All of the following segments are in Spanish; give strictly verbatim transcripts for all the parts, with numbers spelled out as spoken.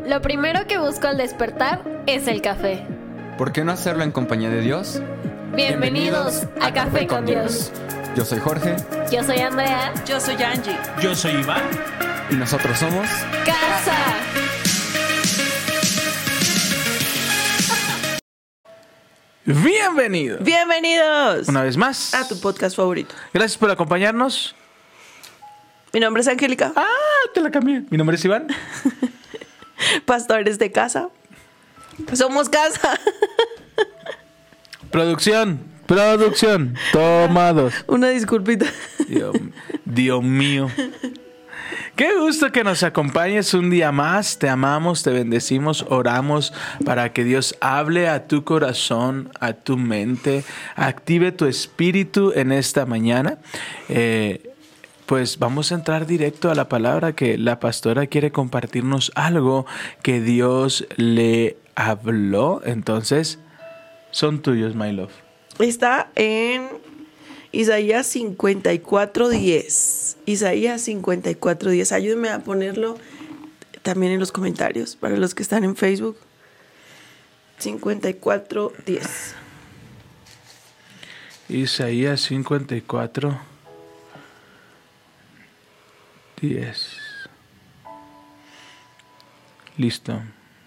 Lo primero que busco al despertar es el café. ¿Por qué no hacerlo en compañía de Dios? Bienvenidos, Bienvenidos a, a Café, Café con Dios. Dios. Yo soy Jorge. Yo soy Andrea. Yo soy Angie. Yo soy Iván. Y nosotros somos... Casa. Bienvenidos. Bienvenidos. Una vez más. A tu podcast favorito. Gracias por acompañarnos. Mi nombre es Angélica. Ah, te la cambié. Mi nombre es Iván. Pastores de casa. Somos casa. Producción. Producción. Tomados. Una disculpita. Dios, Dios mío. Qué gusto que nos acompañes un día más. Te amamos, te bendecimos, oramos para que Dios hable a tu corazón, a tu mente, active tu espíritu en esta mañana. Eh, pues vamos a entrar directo a la palabra, que la pastora quiere compartirnos algo que Dios le habló. Entonces, son tuyos, my love. Está en Isaías cincuenta y cuatro diez. Isaías cincuenta y cuatro diez. Ayúdenme a ponerlo también en los comentarios para los que están en Facebook. cincuenta y cuatro diez. Isaías cincuenta y cuatro diez. Listo.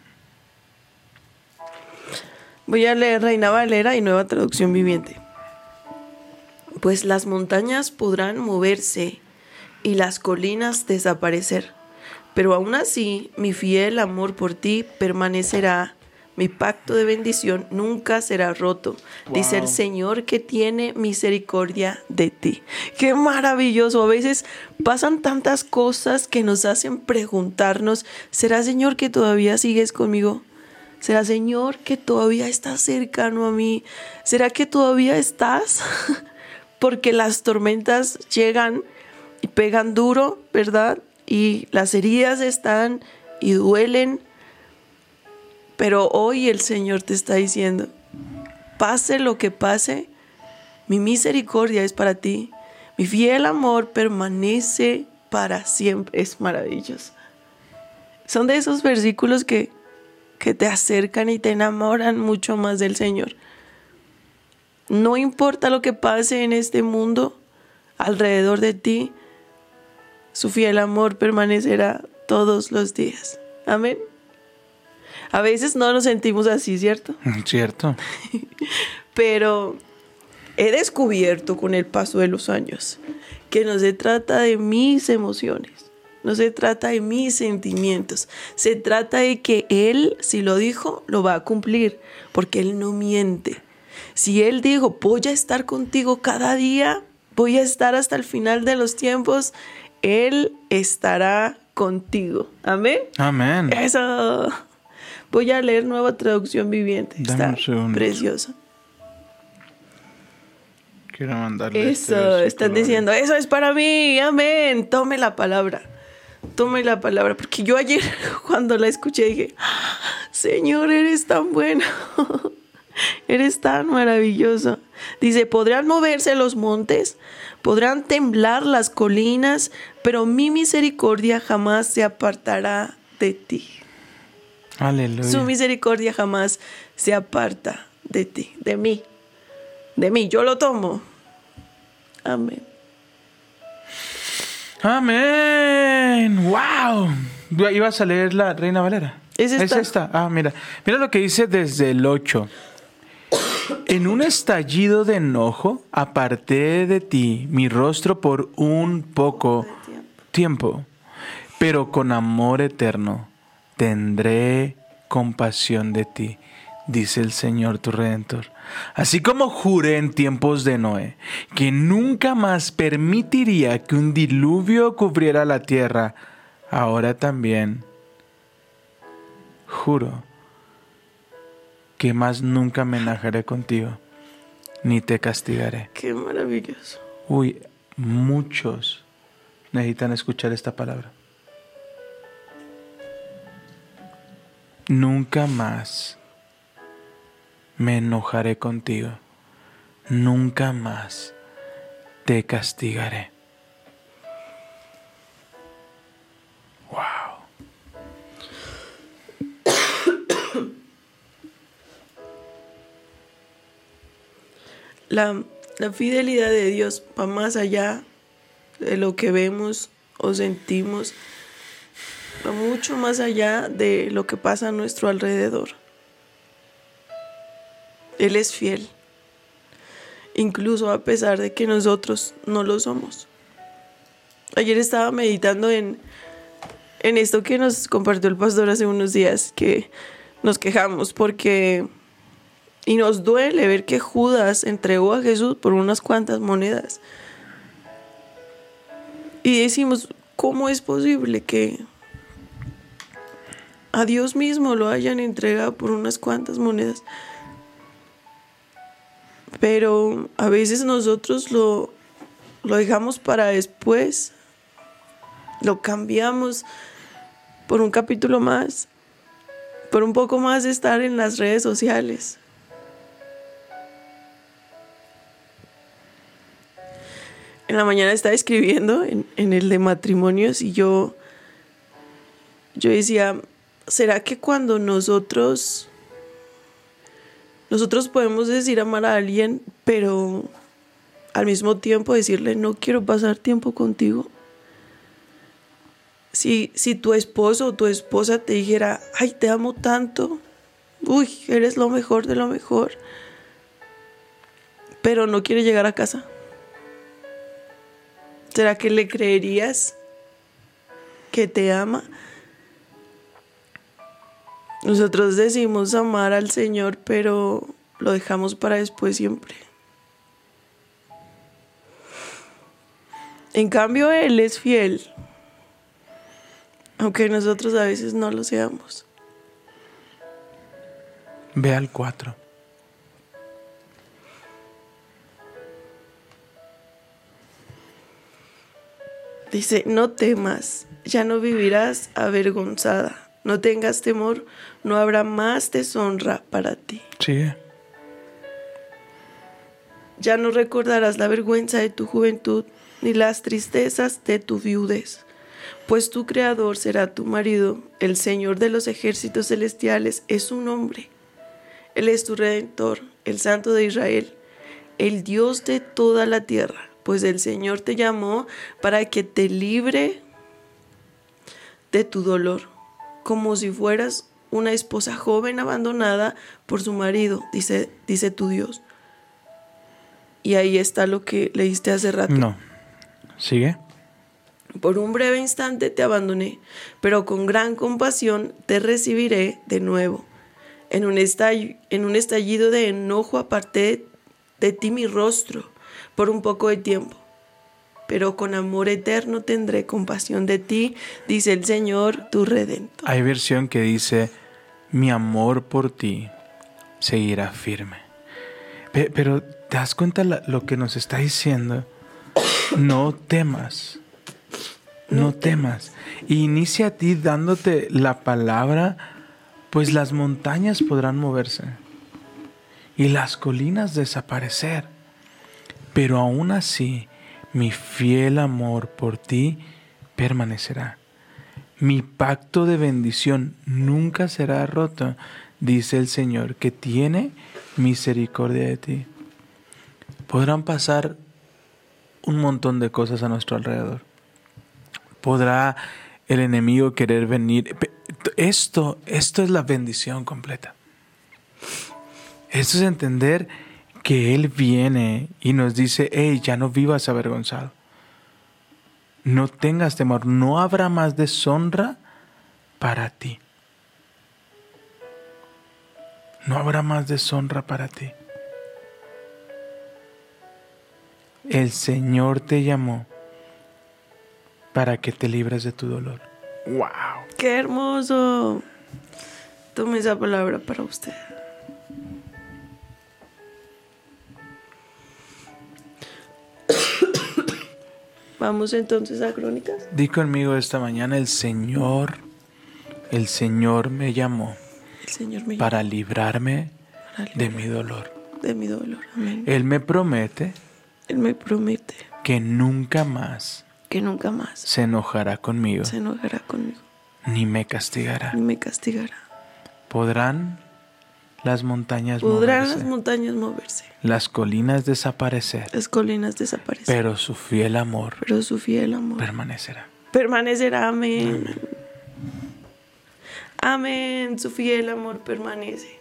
Voy a leer Reina Valera y Nueva Traducción Viviente. Pues las montañas podrán moverse y las colinas desaparecer, pero aún así mi fiel amor por ti permanecerá. Mi pacto de bendición nunca será roto, wow. Dice el Señor que tiene misericordia de ti. ¡Qué maravilloso! A veces pasan tantas cosas que nos hacen preguntarnos, ¿será, Señor, que todavía sigues conmigo? ¿Será, Señor, que todavía estás cercano a mí? ¿Será que todavía estás? Porque las tormentas llegan y pegan duro, ¿verdad? Y las heridas están y duelen. Pero hoy el Señor te está diciendo, pase lo que pase, mi misericordia es para ti. Mi fiel amor permanece para siempre. Es maravilloso. Son de esos versículos que, que te acercan y te enamoran mucho más del Señor. No importa lo que pase en este mundo alrededor de ti, su fiel amor permanecerá todos los días. Amén. A veces no nos sentimos así, ¿cierto? Cierto. Pero he descubierto con el paso de los años que no se trata de mis emociones, no se trata de mis sentimientos, se trata de que Él, si lo dijo, lo va a cumplir, porque Él no miente. Si Él dijo, voy a estar contigo cada día, voy a estar hasta el final de los tiempos, Él estará contigo. ¿Amén? Amén. Eso. Voy a leer Nueva Traducción Viviente. Dame Está preciosa. Quiero mandarle Eso, este están diciendo, eso es para mí. Amén. Tome la palabra. Tome la palabra. Porque yo ayer cuando la escuché dije, Señor, eres tan bueno. Eres tan maravilloso. Dice, podrán moverse los montes, podrán temblar las colinas, pero mi misericordia jamás se apartará de ti. Aleluya. Su misericordia jamás se aparta de ti, de mí, de mí. Yo lo tomo. Amén. Amén. Wow. ¿Ibas a leer la Reina Valera? Es esta. Es esta. Ah, mira. Mira lo que dice desde el ocho. En un estallido de enojo aparté de ti mi rostro por un poco tiempo, pero con amor eterno tendré compasión de ti, dice el Señor tu Redentor. Así como juré en tiempos de Noé, que nunca más permitiría que un diluvio cubriera la tierra, ahora también juro que más nunca me enojaré contigo, ni te castigaré. Qué maravilloso. Uy, muchos necesitan escuchar esta palabra. Nunca más me enojaré contigo. Nunca más te castigaré. La, la fidelidad de Dios va más allá de lo que vemos o sentimos, va mucho más allá de lo que pasa a nuestro alrededor. Él es fiel, incluso a pesar de que nosotros no lo somos. Ayer estaba meditando en, en esto que nos compartió el pastor hace unos días, que nos quejamos porque... Y nos duele ver que Judas entregó a Jesús por unas cuantas monedas. Y decimos, ¿cómo es posible que a Dios mismo lo hayan entregado por unas cuantas monedas? Pero a veces nosotros lo, lo dejamos para después. Lo cambiamos por un capítulo más, por un poco más de estar en las redes sociales. En la mañana estaba escribiendo en, en el de matrimonios y yo, yo decía, ¿será que cuando nosotros, nosotros podemos decir amar a alguien, pero al mismo tiempo decirle no quiero pasar tiempo contigo? Si, si tu esposo o tu esposa te dijera, ay, te amo tanto, uy, eres lo mejor de lo mejor, pero no quiere llegar a casa, ¿será que le creerías que te ama? Nosotros decimos amar al Señor, pero lo dejamos para después siempre. En cambio, Él es fiel, aunque nosotros a veces no lo seamos. Ve al cuatro. Dice, no temas, ya no vivirás avergonzada. No tengas temor, no habrá más deshonra para ti. Sigue. Ya no recordarás la vergüenza de tu juventud, ni las tristezas de tu viudez. Pues tu Creador será tu marido, el Señor de los ejércitos celestiales es su nombre. Él es tu Redentor, el Santo de Israel, el Dios de toda la tierra. Pues el Señor te llamó para que te libre de tu dolor, como si fueras una esposa joven abandonada por su marido, dice, dice tu Dios. Y ahí está lo que leíste hace rato. No. Sigue. Por un breve instante te abandoné, pero con gran compasión te recibiré de nuevo. En un estallido, en un estallido de enojo aparté de ti mi rostro por un poco de tiempo, pero con amor eterno tendré compasión de ti, dice el Señor, tu Redentor. Hay versión que dice, mi amor por ti seguirá firme. Pe- pero, ¿te das cuenta la- lo que nos está diciendo? No temas, no, No temas. Y inicia a ti dándote la palabra, pues las montañas podrán moverse y las colinas desaparecer. Pero aún así, mi fiel amor por ti permanecerá. Mi pacto de bendición nunca será roto, dice el Señor, que tiene misericordia de ti. Podrán pasar un montón de cosas a nuestro alrededor. Podrá el enemigo querer venir. Esto, esto es la bendición completa. Esto es entender que Él viene y nos dice, hey, ya no vivas avergonzado. No tengas temor, no habrá más deshonra para ti. No habrá más deshonra para ti. El Señor te llamó para que te libres de tu dolor. ¡Wow! ¡Qué hermoso! Tome esa palabra para usted. Vamos entonces a Crónicas. Di conmigo esta mañana, el Señor, el Señor me llamó El Señor me para librarme para de librar mi dolor. de mi dolor. Amén. Él me promete Él me promete que nunca más que nunca más se enojará conmigo, se enojará conmigo ni me castigará. ni me castigará. Podrán las montañas Podrán moverse, las montañas moverse, las colinas desaparecer, las colinas desaparecer, pero su fiel amor pero su fiel amor permanecerá. permanecerá. Amén. Amén. Su fiel amor permanece.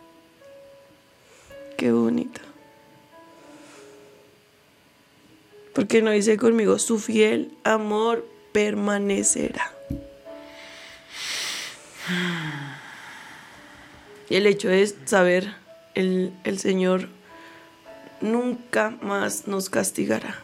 Qué bonito. ¿Por qué no dice conmigo? Su fiel amor permanecerá. Y el hecho es saber, el, el Señor nunca más nos castigará.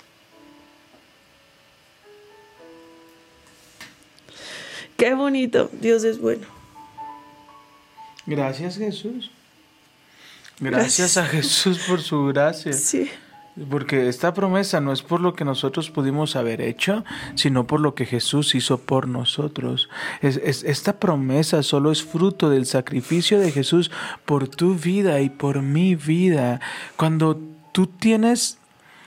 Qué bonito, Dios es bueno. Gracias, Jesús. Gracias. Gracias a Jesús por su gracia. Sí, Porque esta promesa no es por lo que nosotros pudimos haber hecho, sino por lo que Jesús hizo por nosotros. Es, es, esta promesa solo es fruto del sacrificio de Jesús por tu vida y por mi vida. Cuando tú tienes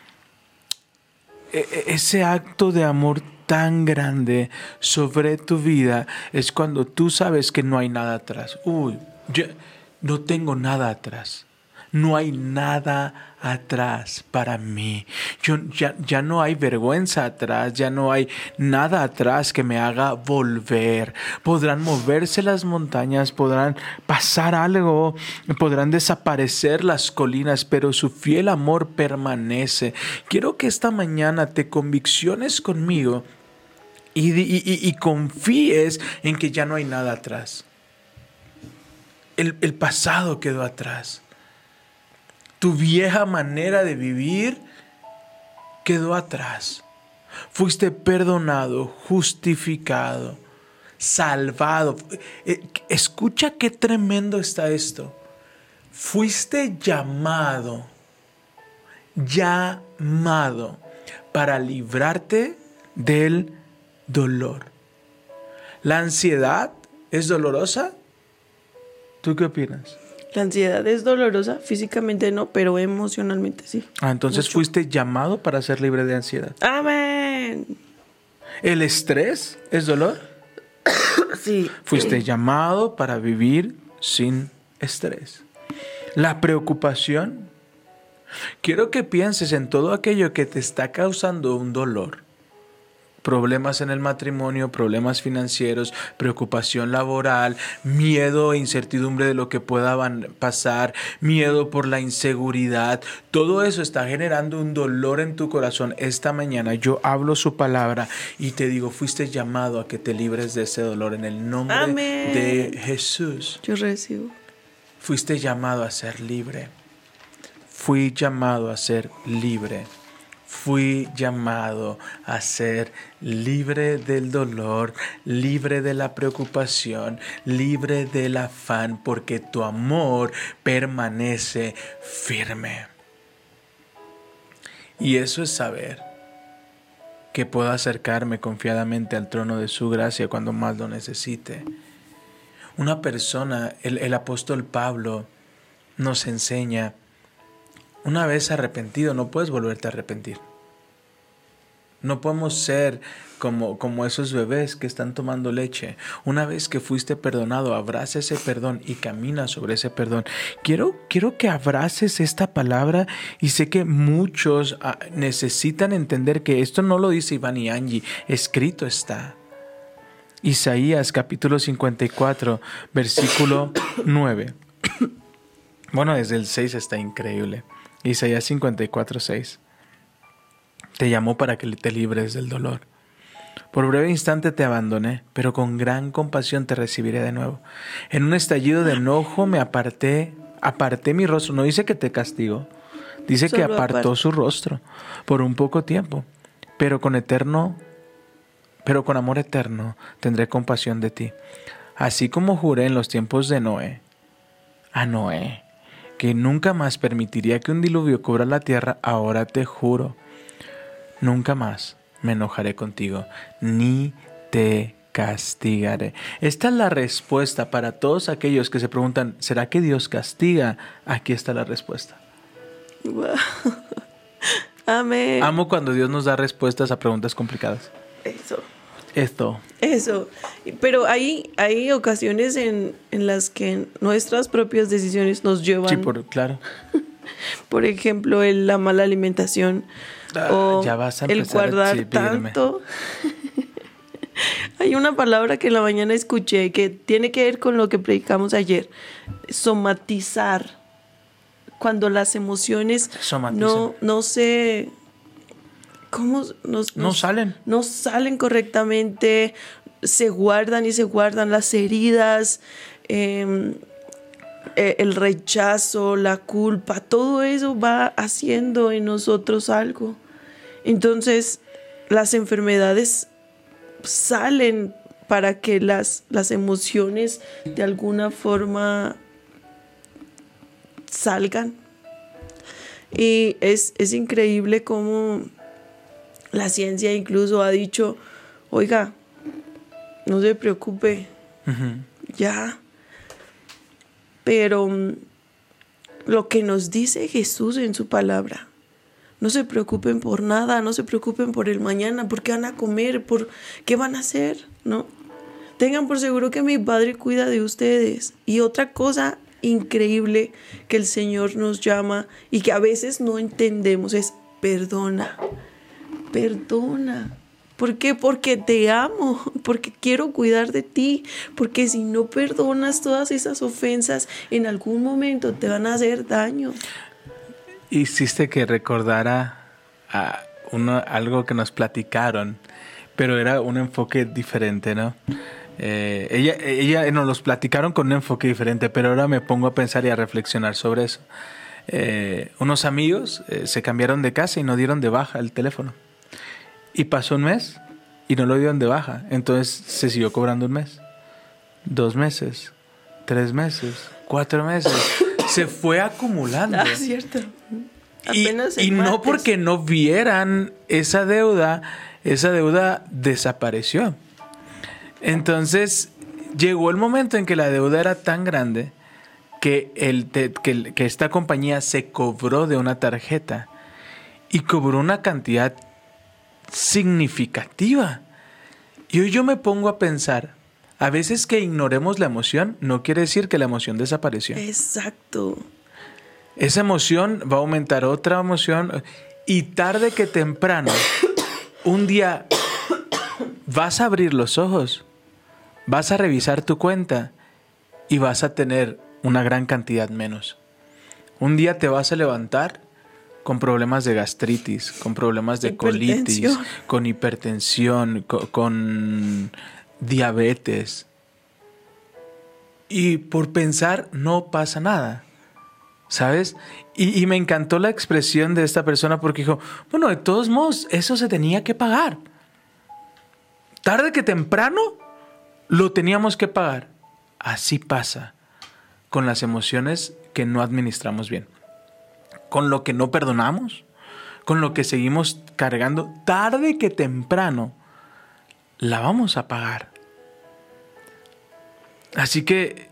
ese acto de amor tan grande sobre tu vida, es cuando tú sabes que no hay nada atrás. Uy, yo no tengo nada atrás. No hay nada atrás para mí. Yo, ya, ya no hay vergüenza atrás, ya no hay nada atrás que me haga volver. Podrán moverse las montañas, podrán pasar algo, podrán desaparecer las colinas, pero su fiel amor permanece. Quiero que esta mañana te convicciones conmigo y, y, y, y confíes en que ya no hay nada atrás. El, el pasado quedó atrás. Tu vieja manera de vivir quedó atrás. Fuiste perdonado, justificado, salvado. Escucha qué tremendo está esto. Fuiste llamado, llamado para librarte del dolor. ¿La ansiedad es dolorosa? ¿Tú qué opinas? la ansiedad es dolorosa, físicamente no, pero emocionalmente sí. Ah, entonces Mucho. fuiste llamado para ser libre de ansiedad. Amén. ¿El estrés es dolor? Sí. Fuiste llamado para vivir sin estrés. La preocupación. Quiero que pienses en todo aquello que te está causando un dolor. Problemas en el matrimonio, problemas financieros, preocupación laboral, miedo e incertidumbre de lo que pueda pasar, miedo por la inseguridad. Todo eso está generando un dolor en tu corazón. Esta mañana yo hablo su palabra y te digo, fuiste llamado a que te libres de ese dolor en el nombre Amén. de Jesús. Yo recibo. Fuiste llamado a ser libre. Fui llamado a ser libre. Fui llamado a ser libre del dolor, libre de la preocupación, libre del afán, porque tu amor permanece firme. Y eso es saber que puedo acercarme confiadamente al trono de su gracia cuando más lo necesite. Una persona, el, el apóstol Pablo nos enseña, una vez arrepentido no puedes volverte a arrepentir. No podemos ser como, como esos bebés que están tomando leche. Una vez que fuiste perdonado, abraza ese perdón y camina sobre ese perdón. Quiero, quiero que abraces esta palabra y sé que muchos ah, necesitan entender que esto no lo dice Iván y Angie, escrito está. Isaías capítulo cincuenta y cuatro, versículo nueve. Bueno, desde el seis está increíble. Isaías cincuenta y cuatro, seis. Te llamó para que te libres del dolor. Por breve instante te abandoné, pero con gran compasión te recibiré de nuevo. En un estallido de enojo me aparté, aparté mi rostro. No dice que te castigó, dice Solo que apartó aparte. su rostro por un poco tiempo, pero con eterno, pero con amor eterno tendré compasión de ti. Así como juré en los tiempos de Noé, a Noé, que nunca más permitiría que un diluvio cubra la tierra, ahora te juro, nunca más me enojaré contigo, ni te castigaré. Esta es la respuesta para todos aquellos que se preguntan, ¿será que Dios castiga? Aquí está la respuesta. Wow. Amén. Amo cuando Dios nos da respuestas a preguntas complicadas. Eso. Esto. Eso. Pero hay, hay ocasiones en, en las que nuestras propias decisiones nos llevan. Sí, por, claro. Por ejemplo, el, la mala alimentación. Ah, o ya vas a el empezar a guardar exhibirme. tanto. Hay una palabra que en la mañana escuché que tiene que ver con lo que predicamos ayer. Somatizar. Cuando las emociones Somatizan. no, no se... ¿Cómo? Nos, No nos- salen. No salen correctamente, se guardan y se guardan las heridas, eh, eh, el rechazo, la culpa, todo eso va haciendo en nosotros algo. Entonces, las enfermedades salen para que las, las emociones de alguna forma salgan. Y es, es increíble cómo la ciencia incluso ha dicho, oiga, no se preocupe, Ujú. ya. Pero mm, lo que nos dice Jesús en su palabra, no se preocupen por nada, no se preocupen por el mañana, por qué van a comer, por qué van a hacer, ¿no? Tengan por seguro que mi Padre cuida de ustedes. Y otra cosa increíble que el Señor nos llama y que a veces no entendemos es perdona, perdona. ¿Por qué? Porque te amo, porque quiero cuidar de ti, porque si no perdonas todas esas ofensas, en algún momento te van a hacer daño. Hiciste que recordara a uno, algo que nos platicaron, pero era un enfoque diferente, ¿no? Eh, ella, ella nos los platicaron con un enfoque diferente, pero ahora me pongo a pensar y a reflexionar sobre eso. Eh, unos amigos eh, se cambiaron de casa y no dieron de baja el teléfono. Y pasó un mes y no lo dieron de baja. Entonces se siguió cobrando un mes, dos meses, tres meses, cuatro meses. Se fue acumulando. Ah, cierto. Y, Apenas y el no martes. porque no vieran esa deuda, esa deuda desapareció. Entonces llegó el momento en que la deuda era tan grande que, el te- que, el- que esta compañía se cobró de una tarjeta y cobró una cantidad significativa. Y hoy yo me pongo a pensar, a veces que ignoremos la emoción no quiere decir que la emoción desapareció. Exacto. Esa emoción va a aumentar otra emoción y tarde que temprano, un día vas a abrir los ojos, vas a revisar tu cuenta y vas a tener una gran cantidad menos. Un día te vas a levantar con problemas de gastritis, con problemas de colitis, Hipertensión. con hipertensión, co- con diabetes. Y por pensar no pasa nada. ¿Sabes? Y, y me encantó la expresión de esta persona porque dijo, bueno, de todos modos, eso se tenía que pagar. Tarde que temprano, lo teníamos que pagar. Así pasa con las emociones que no administramos bien. Con lo que no perdonamos, con lo que seguimos cargando. Tarde que temprano, la vamos a pagar. Así que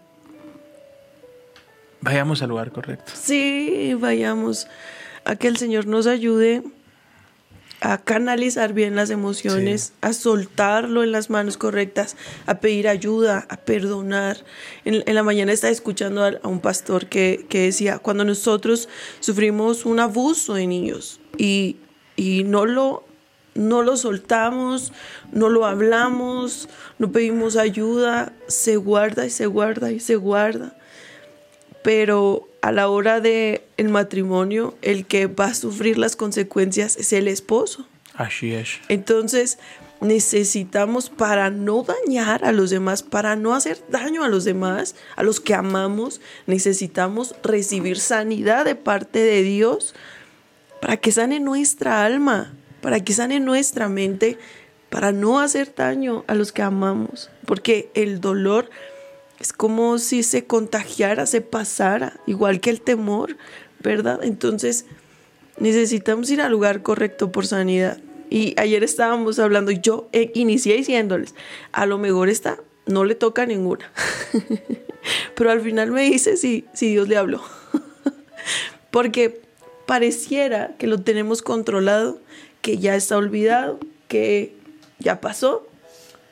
vayamos al lugar correcto. Sí, vayamos a que el Señor nos ayude a canalizar bien las emociones, Sí. a soltarlo en las manos correctas, a pedir ayuda, a perdonar. En, en la mañana estaba escuchando a, a un pastor que, que decía, cuando nosotros sufrimos un abuso de niños y, y no lo, no lo soltamos, no lo hablamos, no pedimos ayuda, se guarda y se guarda y se guarda. Pero a la hora del matrimonio, el que va a sufrir las consecuencias es el esposo. Así es. Entonces, necesitamos, para no dañar a los demás, para no hacer daño a los demás, a los que amamos, necesitamos recibir sanidad de parte de Dios para que sane nuestra alma, para que sane nuestra mente, para no hacer daño a los que amamos. Porque el dolor es como si se contagiara, se pasara, igual que el temor, ¿verdad? Entonces necesitamos ir al lugar correcto por sanidad. Y ayer estábamos hablando y yo eh, inicié diciéndoles, a lo mejor esta no le toca ninguna. Pero al final me dice si, si Dios le habló. Porque pareciera que lo tenemos controlado, que ya está olvidado, que ya pasó.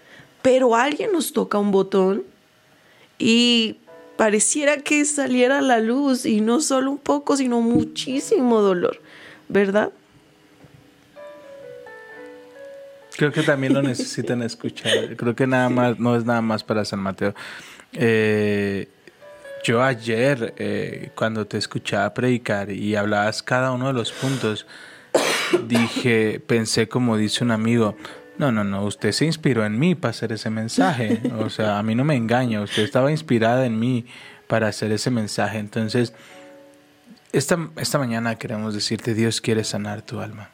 pero alguien nos toca un botón y pareciera que saliera a la luz, y no solo un poco, sino muchísimo dolor, ¿verdad? Creo que también lo necesitan escuchar. Creo que nada más, no es nada más para San Mateo. Eh, yo ayer, eh, cuando te escuchaba predicar y hablabas cada uno de los puntos, dije, pensé como dice un amigo, no, no, no, usted se inspiró en mí para hacer ese mensaje. O sea, a mí no me engaña, usted estaba inspirada en mí para hacer ese mensaje. Entonces, esta, esta mañana queremos decirte, Dios quiere sanar tu alma.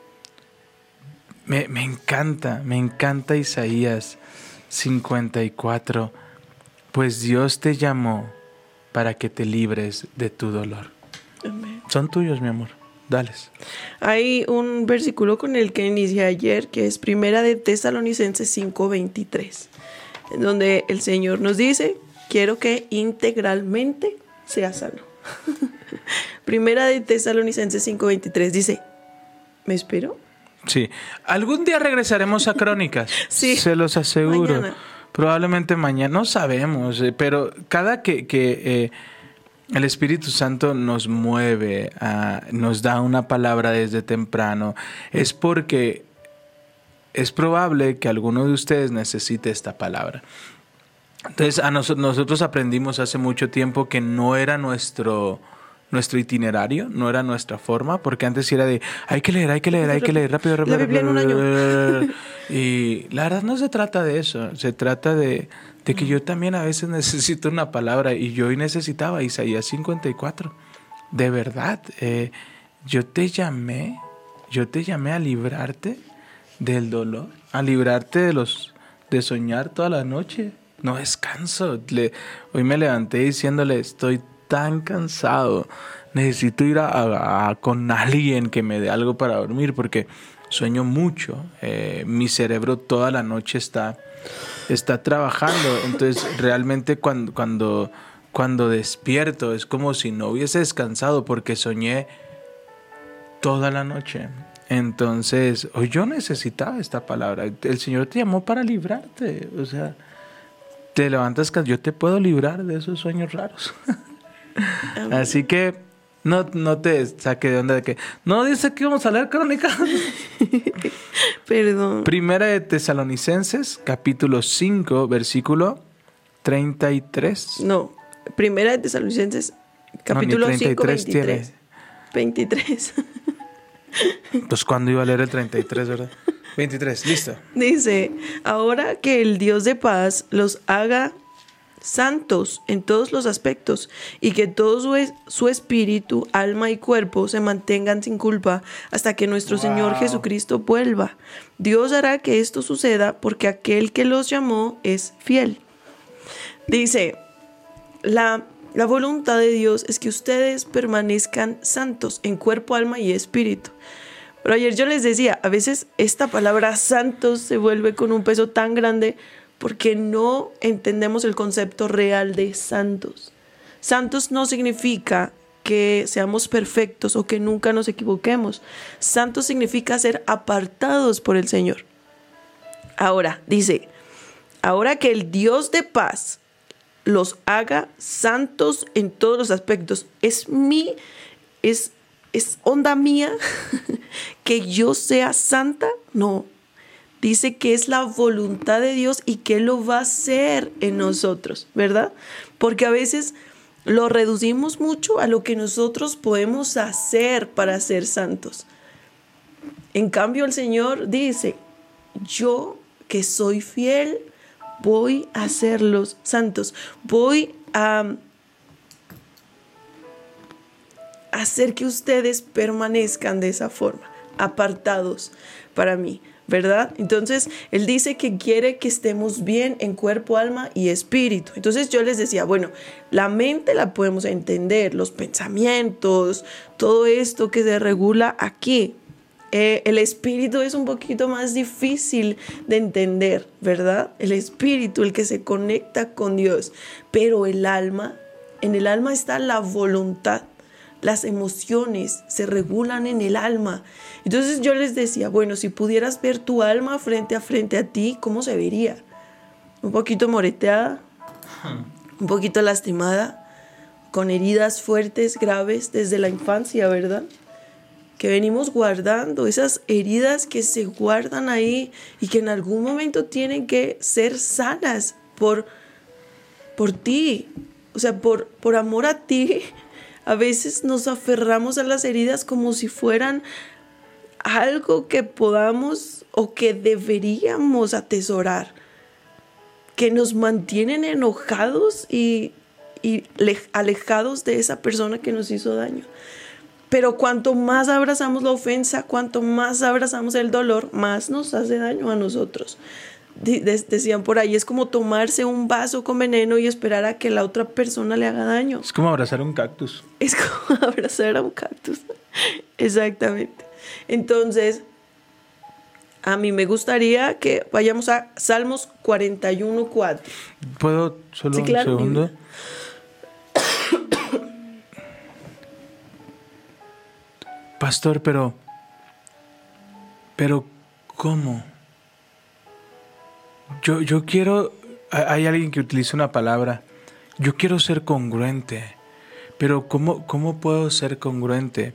Me, me encanta, me encanta Isaías cincuenta y cuatro, pues Dios te llamó para que te libres de tu dolor. Amén. Son tuyos, mi amor, dales. Hay un versículo con el que inicié ayer, que es Primera de Tesalonicenses cinco veintitrés, en donde el Señor nos dice, quiero que integralmente seas sano. Primera de Tesalonicenses cinco veintitrés dice, ¿me espero? Sí, algún día regresaremos a Crónicas, Sí. Se los aseguro. Mañana. Probablemente mañana, no sabemos, eh, pero cada que, que eh, el Espíritu Santo nos mueve, a, nos da una palabra desde temprano, es porque es probable que alguno de ustedes necesite esta palabra. Entonces, a nos, nosotros aprendimos hace mucho tiempo que no era nuestro... nuestro itinerario, no era nuestra forma, porque antes era de, hay que leer, hay que leer, hay que leer, rápido, rápido. La Biblia en un año. Y la verdad no se trata de eso, se trata de, de que yo también a veces necesito una palabra, y yo hoy necesitaba Isaías cincuenta y cuatro. De verdad, eh, yo te llamé, yo te llamé a librarte del dolor, a librarte de los, de soñar toda la noche. No descanso. Le, hoy me levanté diciéndole, estoy tan cansado, necesito ir a, a, a con alguien que me dé algo para dormir porque sueño mucho, eh, mi cerebro toda la noche está, está trabajando, entonces realmente cuando, cuando, cuando despierto es como si no hubiese descansado porque soñé toda la noche. Entonces hoy yo necesitaba esta palabra, el Señor te llamó para librarte, o sea, te levantas, yo te puedo librar de esos sueños raros. Así que no, no te saque de onda de que no dice que íbamos a leer Crónicas. Perdón. Primera de Tesalonicenses, capítulo cinco, versículo treinta y tres. No, Primera de Tesalonicenses, capítulo No, ni cinco, treinta y tres veintitrés. tiene. veintitrés. Entonces, ¿cuándo iba a leer el treinta y tres, verdad? veintitrés, listo. Dice, ahora que el Dios de paz los haga santos en todos los aspectos y que todo su, es, su espíritu, alma y cuerpo se mantengan sin culpa hasta que nuestro wow. Señor Jesucristo vuelva. Dios hará que esto suceda porque aquel que los llamó es fiel. Dice, la, la voluntad de Dios es que ustedes permanezcan santos en cuerpo, alma y espíritu. Pero ayer yo les decía, a veces esta palabra santos se vuelve con un peso tan grande porque no entendemos el concepto real de santos. Santos no significa que seamos perfectos o que nunca nos equivoquemos. Santos significa ser apartados por el Señor. Ahora, dice, ahora que el Dios de paz los haga santos en todos los aspectos. Es mi, es, es onda mía que yo sea santa, no. Dice que es la voluntad de Dios y que Él lo va a hacer en nosotros, ¿verdad? Porque a veces lo reducimos mucho a lo que nosotros podemos hacer para ser santos. En cambio, el Señor dice, yo que soy fiel, voy a hacerlos santos. Voy a hacer que ustedes permanezcan de esa forma, apartados para mí. ¿Verdad? Entonces, Él dice que quiere que estemos bien en cuerpo, alma y espíritu. Entonces yo les decía, bueno, la mente la podemos entender, los pensamientos, todo esto que se regula aquí. Eh, el espíritu es un poquito más difícil de entender, ¿verdad? El espíritu, el que se conecta con Dios. Pero el alma, en el alma está la voluntad. Las emociones se regulan en el alma. Entonces yo les decía, bueno, si pudieras ver tu alma frente a frente a ti, ¿cómo se vería? un poquito moreteada, un poquito lastimada, con heridas fuertes, graves desde la infancia, ¿verdad? Que venimos guardando, esas heridas que se guardan ahí y que en algún momento tienen que ser sanas por, por ti, o sea, por, por amor a ti. A veces nos aferramos a las heridas como si fueran algo que podamos o que deberíamos atesorar, que nos mantienen enojados y, y alejados de esa persona que nos hizo daño. Pero cuanto más abrazamos la ofensa, cuanto más abrazamos el dolor, más nos hace daño a nosotros. Decían por ahí, es como tomarse un vaso con veneno y esperar a que la otra persona le haga daño. Es como abrazar un cactus. Es como abrazar a un cactus. Exactamente. Entonces, a mí me gustaría que vayamos a Salmos cuarenta y uno, cuatro. ¿Puedo solo Sí, claro, un segundo? dime. Pastor, pero, pero, ¿cómo? Yo, yo quiero, hay alguien que utiliza una palabra, yo quiero ser congruente, pero ¿cómo, cómo puedo ser congruente?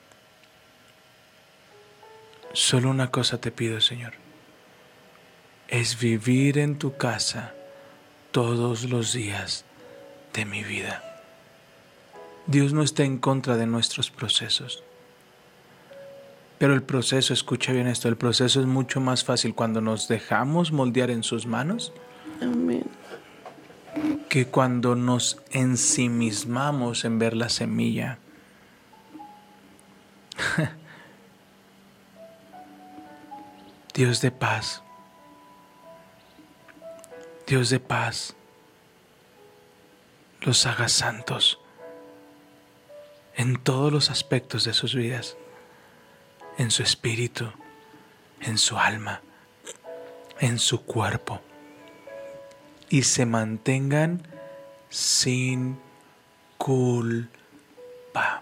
Solo una cosa te pido, Señor, es vivir en tu casa todos los días de mi vida. Dios no está en contra de nuestros procesos. Pero el proceso, escucha bien esto, el proceso es mucho más fácil cuando nos dejamos moldear en sus manos. Amén. Que cuando nos ensimismamos en ver la semilla. Dios de paz, Dios de paz, los haga santos en todos los aspectos de sus vidas. En su espíritu, en su alma, en su cuerpo, y se mantengan sin culpa.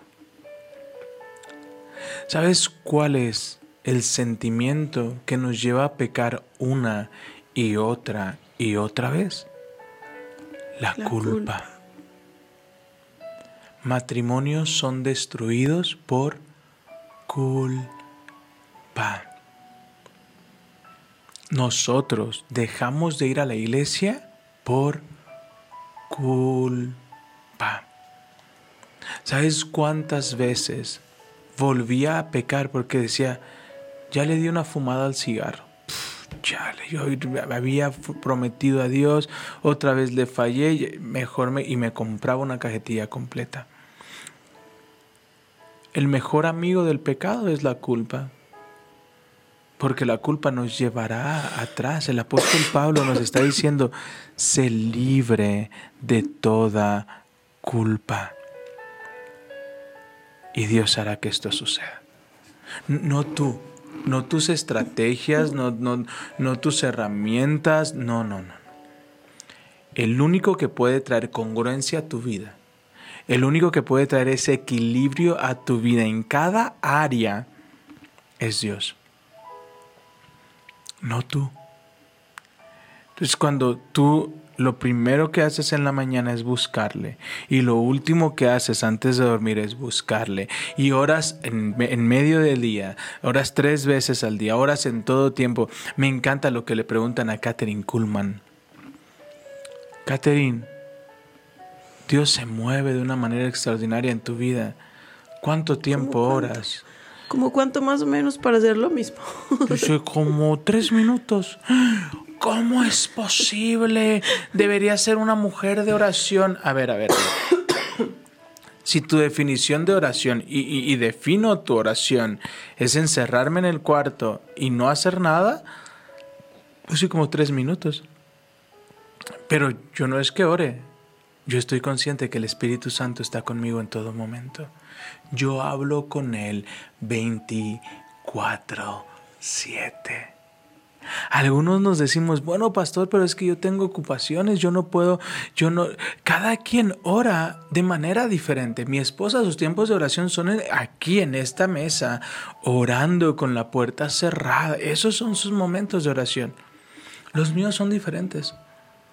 ¿Sabes cuál es el sentimiento que nos lleva a pecar una y otra y otra vez? La, La culpa. culpa. Matrimonios son destruidos por culpa. Nosotros dejamos de ir a la iglesia por culpa. ¿Sabes cuántas veces volvía a pecar porque decía, ya le di una fumada al cigarro? Pff, chale, yo había prometido a Dios, otra vez le fallé, mejor me, y me compraba una cajetilla completa. El mejor amigo del pecado es la culpa. Porque la culpa nos llevará atrás. El apóstol Pablo nos está diciendo, sé libre de toda culpa. Y Dios hará que esto suceda. No tú, no tus estrategias, no, no, no tus herramientas, no, no, no. El único que puede traer congruencia a tu vida, el único que puede traer ese equilibrio a tu vida en cada área es Dios. No tú. Entonces cuando tú lo primero que haces en la mañana es buscarle y lo último que haces antes de dormir es buscarle y oras en, en medio del día, oras tres veces al día, oras en todo tiempo. Me encanta lo que le preguntan a Kathryn Kuhlman. Kathryn, Dios se mueve de una manera extraordinaria en tu vida. ¿Cuánto tiempo oras? ¿Como cuánto más o menos para hacer lo mismo? Dice, como tres minutos. ¿Cómo es posible? Debería ser una mujer de oración. A ver, a ver. Si tu definición de oración, y, y, y defino tu oración, es encerrarme en el cuarto y no hacer nada, pues sí, como tres minutos. Pero yo no es que ore. Yo estoy consciente que el Espíritu Santo está conmigo en todo momento. Yo hablo con Él veinticuatro siete. Algunos nos decimos, bueno, pastor, pero es que yo tengo ocupaciones, yo no puedo, yo no... Cada quien ora de manera diferente. Mi esposa, sus tiempos de oración son aquí en esta mesa, orando con la puerta cerrada. Esos son sus momentos de oración. Los míos son diferentes.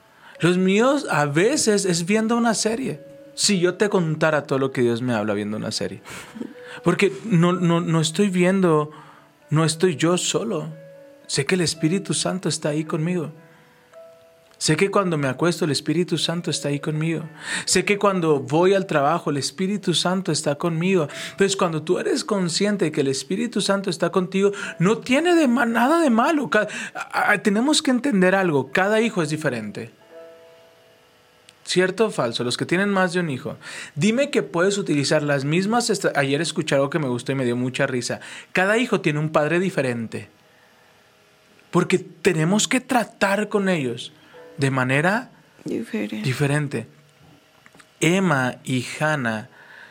Los míos a veces es viendo una serie. Si yo te contara todo lo que Dios me habla viendo una serie. Porque no, no, no estoy viendo, no estoy yo solo. Sé que el Espíritu Santo está ahí conmigo. Sé que cuando me acuesto el Espíritu Santo está ahí conmigo. Sé que cuando voy al trabajo el Espíritu Santo está conmigo. Entonces cuando tú eres consciente de que el Espíritu Santo está contigo, no tiene de ma- nada de malo. Cada, a, a, tenemos que entender algo. Cada hijo es diferente. ¿Cierto o falso? Los que tienen más de un hijo. Dime que puedes utilizar las mismas... Estra- Ayer escuché algo que me gustó y me dio mucha risa. Cada hijo tiene un padre diferente. Porque tenemos que tratar con ellos de manera Diferente. diferente. Emma y Hannah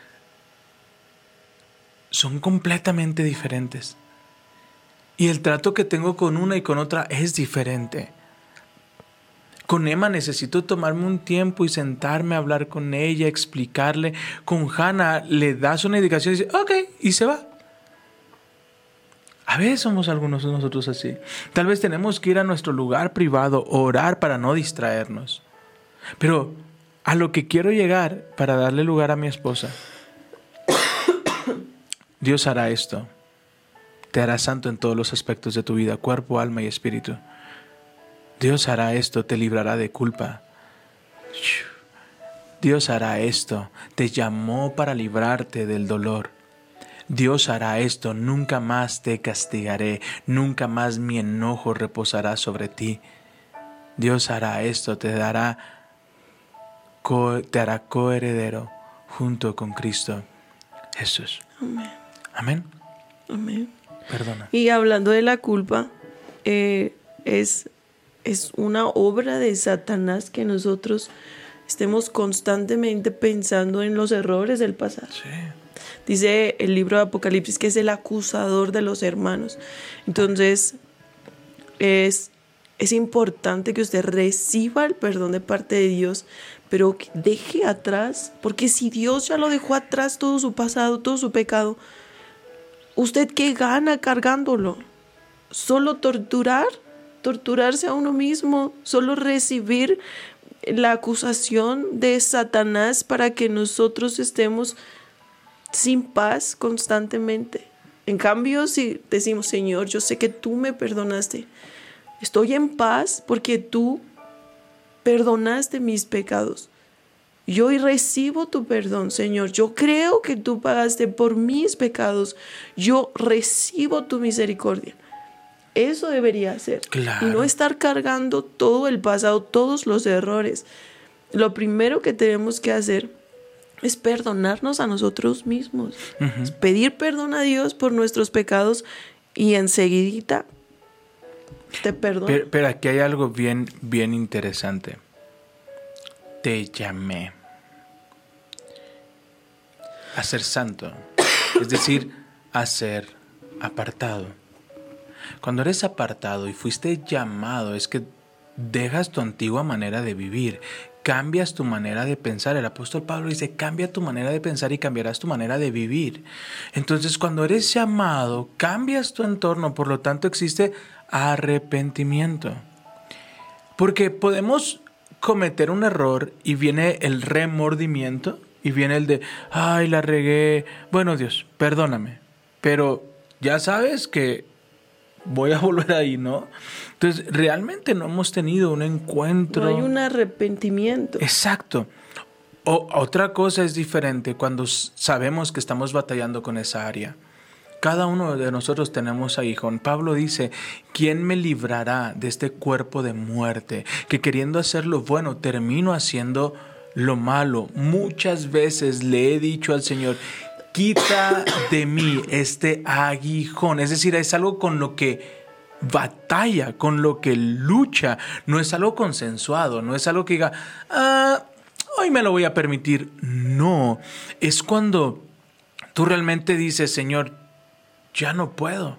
son completamente diferentes. Y el trato que tengo con una y con otra es diferente. Con Emma necesito tomarme un tiempo y sentarme a hablar con ella, explicarle. Con Hannah le das una indicación y dice, ok, y se va. A veces somos algunos de nosotros así. Tal vez tenemos que ir a nuestro lugar privado, orar para no distraernos. Pero a lo que quiero llegar para darle lugar a mi esposa, Dios hará esto. Te hará santo en todos los aspectos de tu vida, cuerpo, alma y espíritu. Dios hará esto, te librará de culpa. Dios hará esto, te llamó para librarte del dolor. Dios hará esto, nunca más te castigaré, nunca más mi enojo reposará sobre ti. Dios hará esto, te dará, co- te hará coheredero junto con Cristo Jesús. Amén. Amén. Amén. Perdona. Y hablando de la culpa, eh, es, es una obra de Satanás que nosotros estemos constantemente pensando en los errores del pasado. Sí. Dice el libro de Apocalipsis que es el acusador de los hermanos. Entonces, es, es importante que usted reciba el perdón de parte de Dios, pero que deje atrás, porque si Dios ya lo dejó atrás todo su pasado, todo su pecado, ¿usted qué gana cargándolo? ¿Solo torturar? ¿Torturarse a uno mismo? ¿Solo recibir la acusación de Satanás para que nosotros estemos sin paz constantemente? En cambio, si decimos, Señor, yo sé que tú me perdonaste, estoy en paz porque tú perdonaste mis pecados. Yo hoy recibo tu perdón, Señor. Yo creo que tú pagaste por mis pecados. Yo recibo tu misericordia. Eso debería ser. Claro. Y no estar cargando todo el pasado, todos los errores. Lo primero que tenemos que hacer es perdonarnos a nosotros mismos. Uh-huh. Es pedir perdón a Dios por nuestros pecados y enseguidita te perdono. Pero, pero aquí hay algo bien, bien interesante. Te llamé a ser santo, es decir, a ser apartado. Cuando eres apartado y fuiste llamado, es que dejas tu antigua manera de vivir, cambias tu manera de pensar. El apóstol Pablo dice, cambia tu manera de pensar y cambiarás tu manera de vivir. Entonces, cuando eres llamado, cambias tu entorno, por lo tanto existe arrepentimiento. Porque podemos cometer un error y viene el remordimiento y viene el de, ay, la regué, bueno, Dios, perdóname, pero ya sabes que voy a volver ahí, ¿no? Entonces, realmente no hemos tenido un encuentro. No hay un arrepentimiento. Exacto. O, otra cosa es diferente cuando sabemos que estamos batallando con esa área. Cada uno de nosotros tenemos ahí. Juan Pablo dice, ¿quién me librará de este cuerpo de muerte? Que queriendo hacer lo bueno, termino haciendo lo malo. Muchas veces le he dicho al Señor, quita de mí este aguijón. Es decir, es algo con lo que batalla, con lo que lucha. No es algo consensuado, no es algo que diga, ah, hoy me lo voy a permitir. No, es cuando tú realmente dices, Señor, ya no puedo.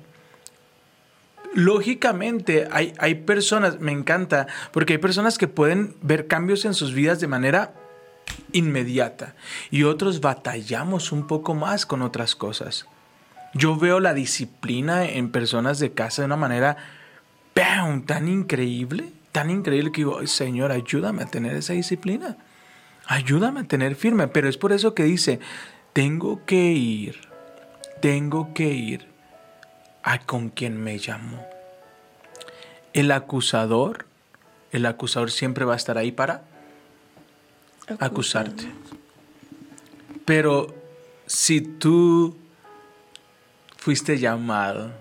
Lógicamente hay, hay personas, me encanta, porque hay personas que pueden ver cambios en sus vidas de manera inmediata y otros batallamos un poco más con otras cosas. Yo veo la disciplina en personas de casa de una manera ¡pam!, tan increíble tan increíble que digo, "Ay, Señor, ayúdame a tener esa disciplina. Ayúdame a tener firme". Pero es por eso que dice, tengo que ir, tengo que ir a con quien me llamó. El acusador, el acusador siempre va a estar ahí para acusarte. Pero si tú fuiste llamado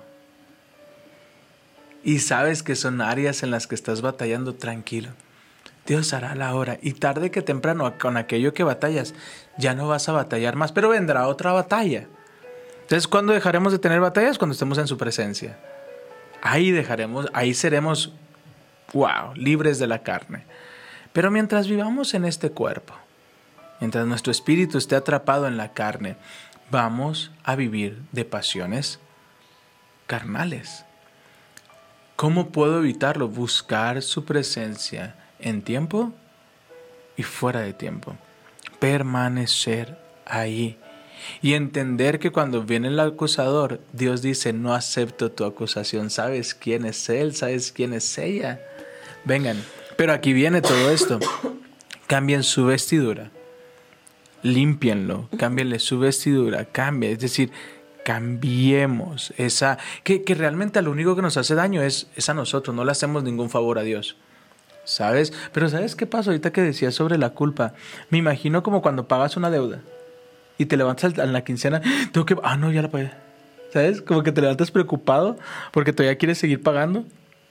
y sabes que son áreas en las que estás batallando, tranquilo. Dios hará la hora. Y tarde que temprano, con aquello que batallas, ya no vas a batallar más, pero vendrá otra batalla. Entonces, ¿cuándo dejaremos de tener batallas? Cuando estemos en su presencia. Ahí dejaremos, ahí seremos, wow, libres de la carne. Pero mientras vivamos en este cuerpo, mientras nuestro espíritu esté atrapado en la carne, vamos a vivir de pasiones carnales. ¿Cómo puedo evitarlo? Buscar su presencia en tiempo y fuera de tiempo. Permanecer ahí. Y entender que cuando viene el acusador, Dios dice, no acepto tu acusación. ¿Sabes quién es él? ¿Sabes quién es ella? Vengan. Pero aquí viene todo esto. Cambien su vestidura. Límpienlo. Cámbienle su vestidura. Cambien. Es decir, cambiemos esa... Que, que realmente lo único que nos hace daño es, es a nosotros. No le hacemos ningún favor a Dios. ¿Sabes? Pero ¿sabes qué pasa ahorita que decías sobre la culpa? Me imagino como cuando pagas una deuda y te levantas en la quincena, tengo que... Ah, no, ya la pagué. ¿Sabes? Como que te levantas preocupado porque todavía quieres seguir pagando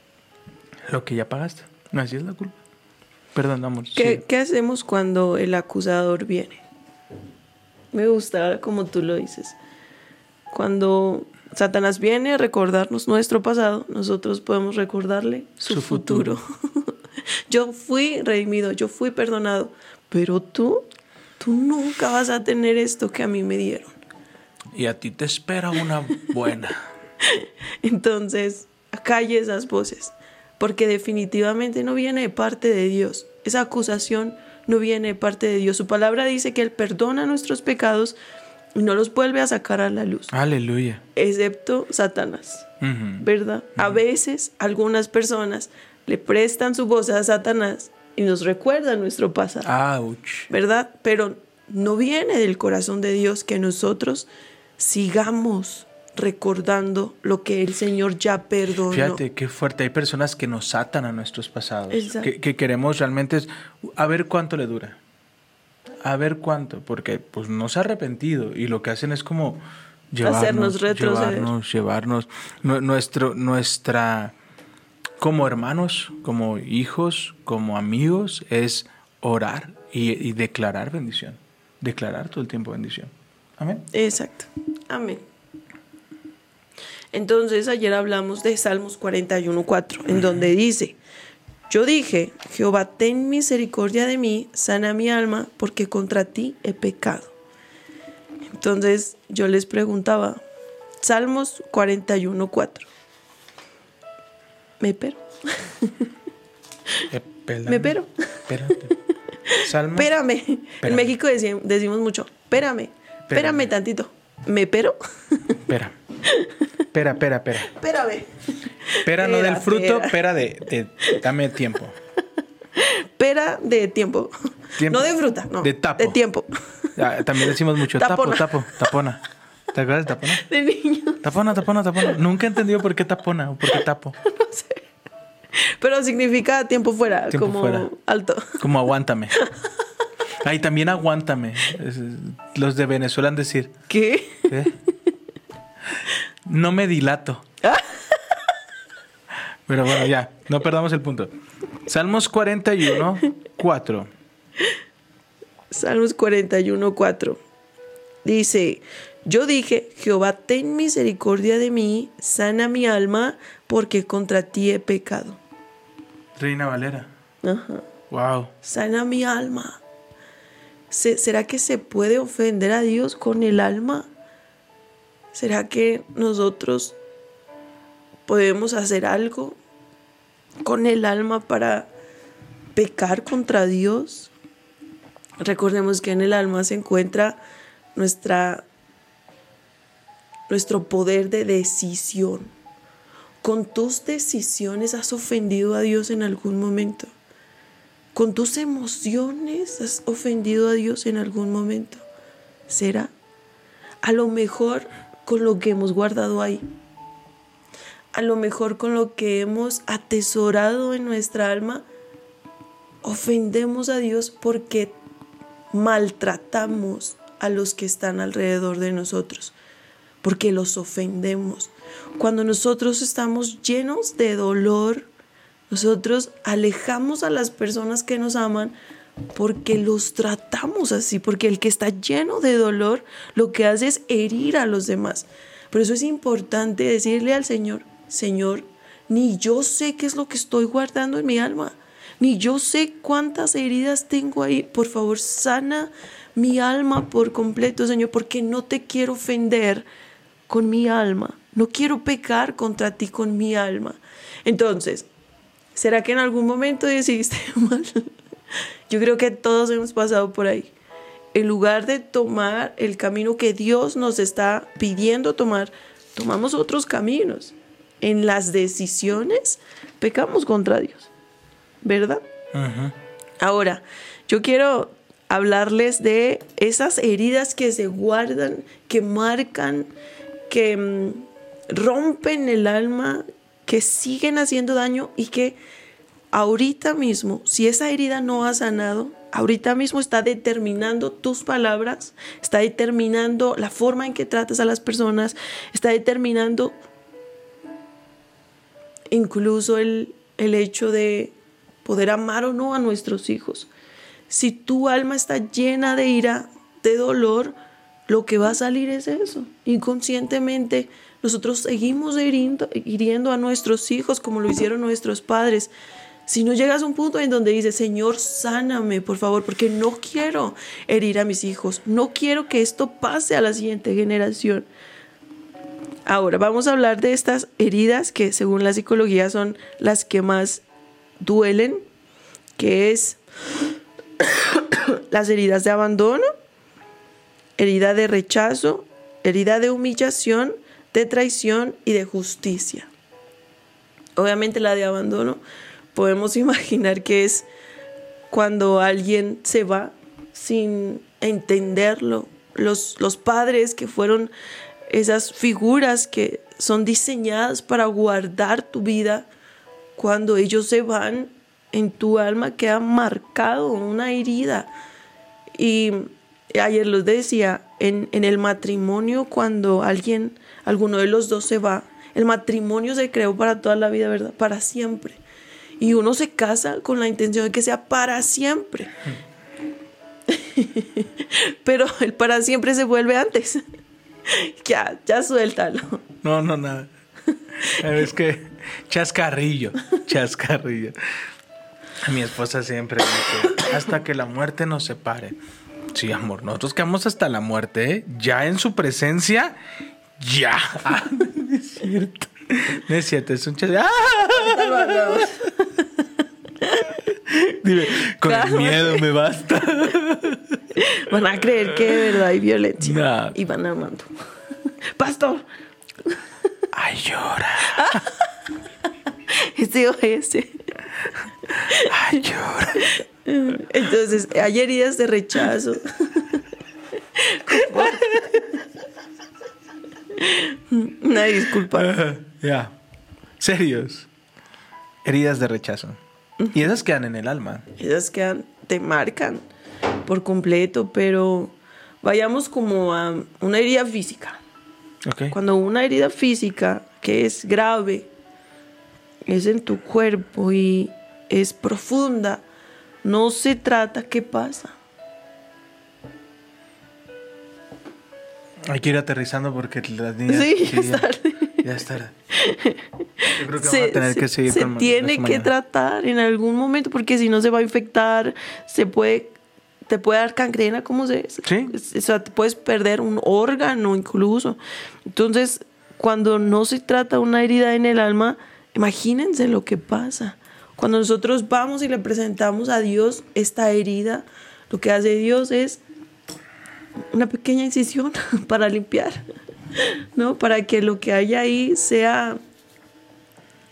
lo que ya pagaste. No, así es la culpa. Perdón, amor. ¿Qué, Sí. ¿Qué hacemos cuando el acusador viene? Me gusta como tú lo dices. Cuando Satanás viene a recordarnos nuestro pasado, nosotros podemos recordarle su, Su futuro. futuro. Yo fui redimido, yo fui perdonado, pero tú, tú nunca vas a tener esto que a mí me dieron. Y a ti te espera una buena. Entonces, calle esas voces, porque definitivamente no viene de parte de Dios. Esa acusación no viene de parte de Dios. Su palabra dice que Él perdona nuestros pecados y no los vuelve a sacar a la luz. Aleluya. Excepto Satanás, Uh-huh. ¿verdad? Uh-huh. A veces algunas personas le prestan su voz a Satanás y nos recuerdan nuestro pasado. Ouch. ¿Verdad? Pero no viene del corazón de Dios que nosotros sigamos recordando lo que el Señor ya perdonó. Fíjate qué fuerte. Hay personas que nos atan a nuestros pasados. Que, que queremos realmente es, a ver cuánto le dura. A ver cuánto. Porque pues no se ha arrepentido. Y lo que hacen es como llevarnos, hacernos retroceder. llevarnos, llevarnos. Nuestro, nuestra, como hermanos, como hijos, como amigos, es orar y, y declarar bendición. Declarar todo el tiempo bendición. Amén. Exacto. Amén. Entonces ayer hablamos de Salmos cuarenta y uno cuatro, en donde dice, yo dije, Jehová, ten misericordia de mí, sana mi alma, porque contra ti he pecado. Entonces yo les preguntaba, Salmos cuarenta y uno cuatro. ¿Me pero? ¿Me pero? Espérate. Salmo. Espérame. Espérame. En México deci- decimos mucho, espérame, espérame tantito. ¿Me pero? Espera. Espera, espera, espera. Espérame. Pera no Espera, del fruto, espera. pera de, de... Dame tiempo. Pera de tiempo. Tiempo. No de fruta, no. De tapo. De tiempo. Ah, también decimos mucho Tapona. tapo, tapo, tapona. ¿Te acuerdas de tapona? De niño. Tapona, tapona, tapona. Nunca he entendido por qué tapona o por qué tapo. No sé. Pero significa tiempo fuera, Tiempo como fuera. alto. Como aguántame. Ay, también aguántame. Es- Los de Venezuela han de decir. ¿Qué? ¿eh? No me dilato. Pero bueno, ya, no perdamos el punto. Salmos cuarenta y uno, cuatro. Salmos cuarenta y uno cuatro. Dice, yo dije, Jehová, ten misericordia de mí, sana mi alma, porque contra ti he pecado. Reina Valera. Ajá. Wow. Sana mi alma. Se- ¿Será que se puede ofender a Dios con el alma? ¿Será que nosotros podemos hacer algo con el alma para pecar contra Dios? Recordemos que en el alma se encuentra nuestra, nuestro poder de decisión. ¿Con tus decisiones has ofendido a Dios en algún momento? ¿Con tus emociones has ofendido a Dios en algún momento? ¿Será? A lo mejor con lo que hemos guardado ahí. A lo mejor con lo que hemos atesorado en nuestra alma, ofendemos a Dios porque maltratamos a los que están alrededor de nosotros, porque los ofendemos. Cuando nosotros estamos llenos de dolor, nosotros alejamos a las personas que nos aman porque los tratamos así, porque el que está lleno de dolor lo que hace es herir a los demás. Por eso es importante decirle al Señor: Señor, ni yo sé qué es lo que estoy guardando en mi alma, ni yo sé cuántas heridas tengo ahí. Por favor, sana mi alma por completo, Señor, porque no te quiero ofender con mi alma. No quiero pecar contra ti con mi alma. Entonces, ¿será que en algún momento decidiste mal? Yo creo que todos hemos pasado por ahí. En lugar de tomar el camino que Dios nos está pidiendo tomar, tomamos otros caminos. En las decisiones pecamos contra Dios, ¿verdad? Uh-huh. Ahora, yo quiero hablarles de esas heridas que se guardan, que marcan, que mmm, rompen el alma, que siguen haciendo daño y que ahorita mismo, si esa herida no ha sanado, ahorita mismo está determinando tus palabras, está determinando la forma en que tratas a las personas, está determinando incluso el, el hecho de poder amar o no a nuestros hijos. Si tu alma está llena de ira, de dolor, lo que va a salir es eso. Inconscientemente nosotros seguimos hiriendo, hiriendo a nuestros hijos como lo hicieron nuestros padres. Si no llegas a un punto en donde dices: Señor, sáname, por favor, porque no quiero herir a mis hijos, no quiero que esto pase a la siguiente generación. Ahora vamos a hablar de estas heridas que según la psicología son las que más duelen, que es las heridas de abandono, herida de rechazo, herida de humillación, de traición y de justicia. Obviamente la de abandono podemos imaginar que es cuando alguien se va sin entenderlo. Los, los padres que fueron esas figuras que son diseñadas para guardar tu vida, cuando ellos se van, en tu alma queda marcado una herida. Y ayer los decía, en, en el matrimonio, cuando alguien, alguno de los dos se va, el matrimonio se creó para toda la vida, ¿verdad? Para siempre. Y uno se casa con la intención de que sea para siempre. Pero el para siempre se vuelve antes. Ya, ya suéltalo. No, no, nada. Es que chascarrillo, chascarrillo. A mi esposa siempre dice: hasta que la muerte nos separe. Sí, amor, nosotros quedamos hasta la muerte, ¿eh? Ya en su presencia, ya. Ah, no es cierto. No es cierto, es un chascarrillo. ¡Ah! Dime, con Calma. El miedo me basta. Van a creer que de verdad hay violencia. No. Y van armando. Pastor. Ay, llora. Ese o ese. Ay, llora. Entonces, hay heridas de rechazo. Una disculpa. Uh, ya. Yeah. Serios. Heridas de rechazo. Y esas quedan en el alma. Esas quedan, te marcan por completo, pero vayamos como a una herida física. Okay. Cuando una herida física que es grave, es en tu cuerpo y es profunda, no se trata qué pasa. Hay que ir aterrizando porque las niñas... Sí, ya es tarde. Ya es tarde. Yo creo que se, vamos a tener se, que seguir se con tiene que mañana. tratar en algún momento, porque si no se va a infectar, se puede, te puede dar gangrena, ¿cómo se dice? Sí. O sea, te puedes perder un órgano incluso. Entonces, cuando no se trata una herida en el alma, imagínense lo que pasa. Cuando nosotros vamos y le presentamos a Dios esta herida, lo que hace Dios es una pequeña incisión para limpiar, ¿no? Para que lo que haya ahí sea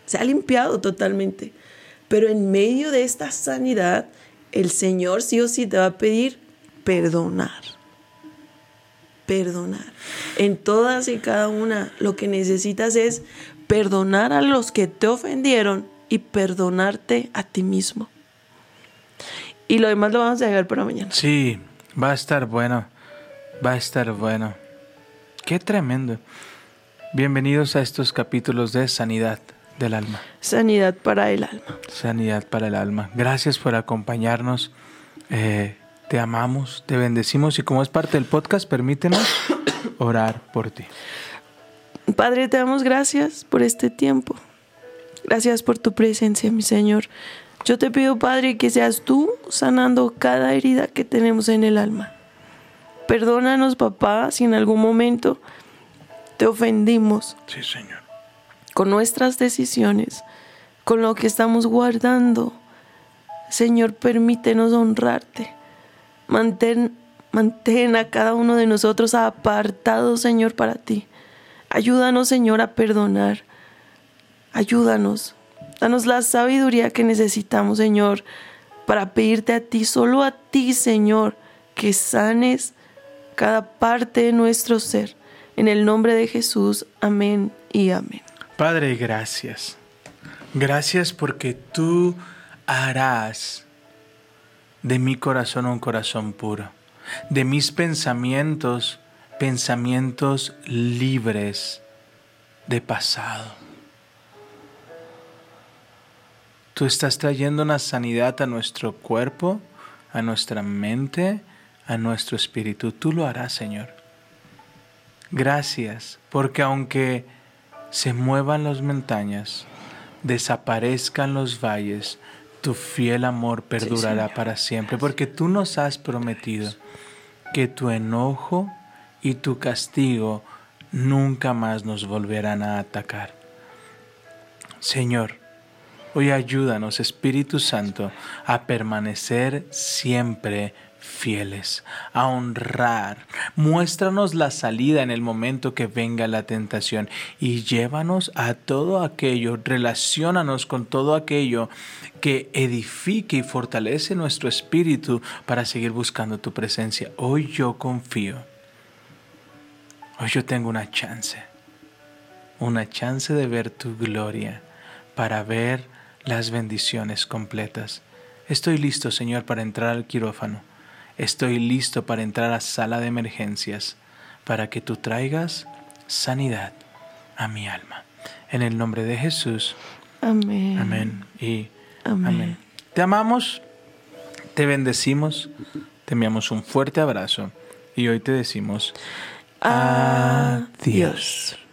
se ha limpiado totalmente. Pero en medio de esta sanidad, el Señor sí o sí te va a pedir perdonar. Perdonar. En todas y cada una, lo que necesitas es perdonar a los que te ofendieron y perdonarte a ti mismo. Y lo demás lo vamos a dejar para mañana. Sí, va a estar bueno. Va a estar bueno. Qué tremendo. Bienvenidos a estos capítulos de Sanidad del Alma. Sanidad para el alma. Sanidad para el alma. Gracias por acompañarnos. Eh, te amamos, te bendecimos y como es parte del podcast, permítenos orar por ti. Padre, te damos gracias por este tiempo. Gracias por tu presencia, mi Señor. Yo te pido, Padre, que seas tú sanando cada herida que tenemos en el alma. Perdónanos, papá, si en algún momento te ofendimos. Sí, Señor. Con nuestras decisiones, con lo que estamos guardando. Señor, permítenos honrarte. Mantén, mantén a cada uno de nosotros apartados, Señor, para ti. Ayúdanos, Señor, a perdonar. Ayúdanos. Danos la sabiduría que necesitamos, Señor, para pedirte a ti, solo a ti, Señor, que sanes cada parte de nuestro ser. En el nombre de Jesús, amén y amén. Padre, gracias. Gracias porque tú harás de mi corazón un corazón puro, de mis pensamientos, pensamientos libres de pasado. Tú estás trayendo una sanidad a nuestro cuerpo, a nuestra mente, a nuestro espíritu. Tú lo harás, Señor. Gracias, porque aunque se muevan las montañas, desaparezcan los valles, tu fiel amor perdurará sí, para siempre, porque tú nos has prometido que tu enojo y tu castigo nunca más nos volverán a atacar. Señor, hoy ayúdanos, Espíritu Santo, a permanecer siempre fieles, a honrar. Muéstranos la salida en el momento que venga la tentación y llévanos a todo aquello, relaciónanos con todo aquello que edifique y fortalece nuestro espíritu para seguir buscando tu presencia. Hoy yo confío. Hoy yo tengo una chance, una chance de ver tu gloria, para ver las bendiciones completas. Estoy listo, Señor, para entrar al quirófano. Estoy listo para entrar a sala de emergencias, para que tú traigas sanidad a mi alma. En el nombre de Jesús. Amén. Amén y amén. amén. Te amamos, te bendecimos, te enviamos un fuerte abrazo y hoy te decimos adiós.